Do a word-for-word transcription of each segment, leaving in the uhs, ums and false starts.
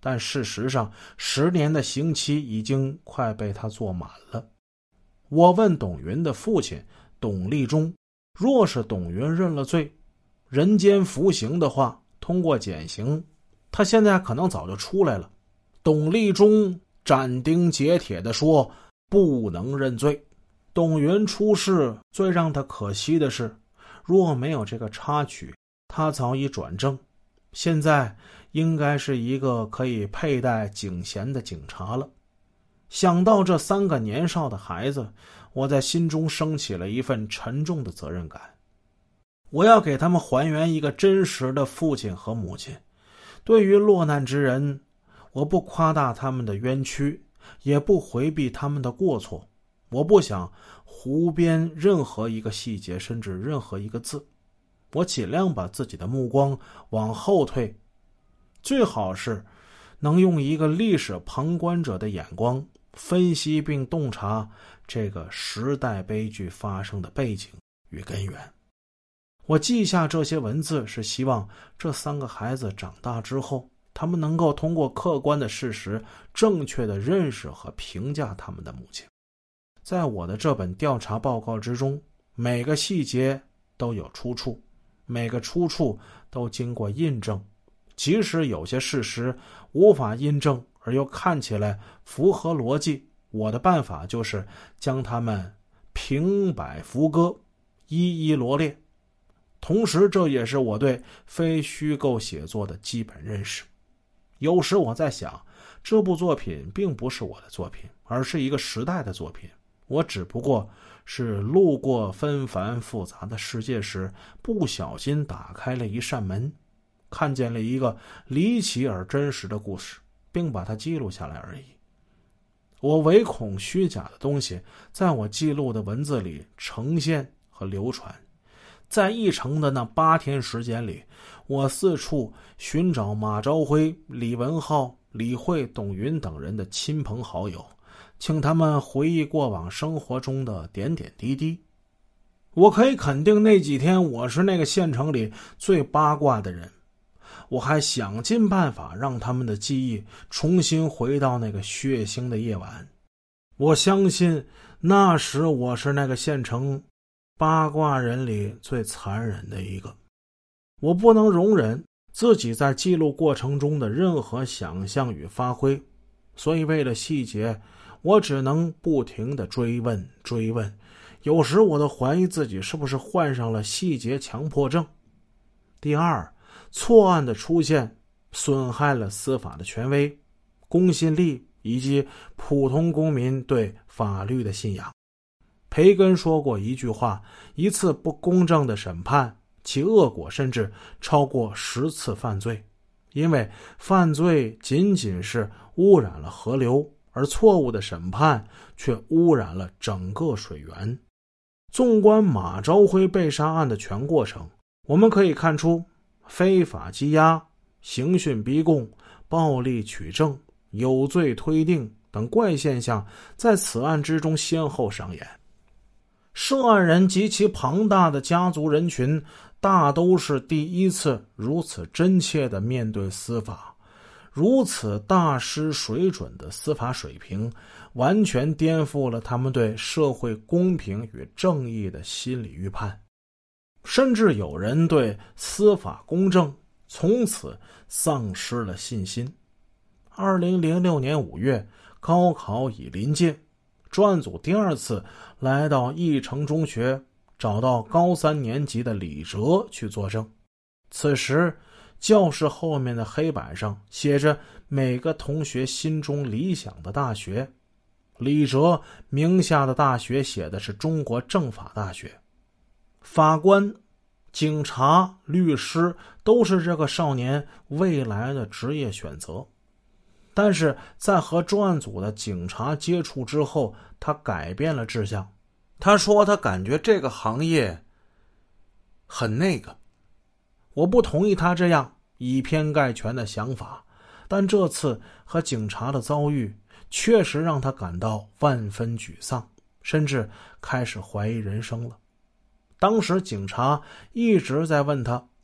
但事实上十年的刑期已经快被他做满了。我问董云的父亲董立中，若是董云认了罪，人间服刑的话，通过减刑，他现在可能早就出来了。董立中斩钉截铁地说，不能认罪。董云出事，最让他可惜的是，若没有这个插曲，他早已转正，现在应该是一个可以佩戴警衔的警察了。想到这三个年少的孩子，我在心中升起了一份沉重的责任感。我要给他们还原一个真实的父亲和母亲。对于落难之人，我不夸大他们的冤屈，也不回避他们的过错。我不想胡编任何一个细节，甚至任何一个字。我尽量把自己的目光往后退，最好是能用一个历史旁观者的眼光分析并洞察这个时代悲剧发生的背景与根源。我记下这些文字，是希望这三个孩子长大之后，他们能够通过客观的事实，正确的认识和评价他们的母亲。在我的这本调查报告之中，每个细节都有出处，每个出处都经过印证。即使有些事实无法印证，而又看起来符合逻辑，我的办法就是将它们平摆浮歌，一一罗列。同时，这也是我对非虚构写作的基本认识。有时我在想，这部作品并不是我的作品，而是一个时代的作品。我只不过是路过纷繁复杂的世界时，不小心打开了一扇门，看见了一个离奇而真实的故事，并把它记录下来而已。我唯恐虚假的东西在我记录的文字里呈现和流传。在一程的那八天时间里，我四处寻找马朝辉、李文浩、李慧、董云等人的亲朋好友，请他们回忆过往生活中的点点滴滴。我可以肯定，那几天我是那个县城里最八卦的人。我还想尽办法让他们的记忆重新回到那个血腥的夜晚。我相信那时我是那个县城八卦人里最残忍的一个。我不能容忍自己在记录过程中的任何想象与发挥，所以为了细节，我只能不停地追问追问。有时我都怀疑自己是不是患上了细节强迫症。第二，错案的出现损害了司法的权威、公信力以及普通公民对法律的信仰。培根说过一句话，一次不公正的审判，其恶果甚至超过十次犯罪。因为犯罪仅仅是污染了河流，而错误的审判却污染了整个水源。纵观马朝辉被杀案的全过程，我们可以看出非法羁押、刑讯逼供、暴力取证、有罪推定等怪现象在此案之中先后上演。涉案人及其庞大的家族人群大都是第一次如此真切地面对司法，如此大失水准的司法水平完全颠覆了他们对社会公平与正义的心理预判，甚至有人对司法公正从此丧失了信心。二零零六年五月，高考已临近，专案组第二次来到义城中学，找到高三年级的李哲去作证。此时教室后面的黑板上写着每个同学心中理想的大学，李哲名下的大学写的是中国政法大学。法官、警察、律师都是这个少年未来的职业选择。但是在和专案组的警察接触之后，他改变了志向。他说他感觉这个行业很那个。我不同意他这样以偏概全的想法，但这次和警察的遭遇确实让他感到万分沮丧，甚至开始怀疑人生了。当时警察一直在问他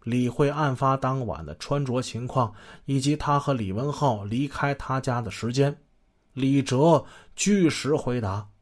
理会案发当晚的穿着情况以及他和李文浩离开他家的时间。李哲据实回答：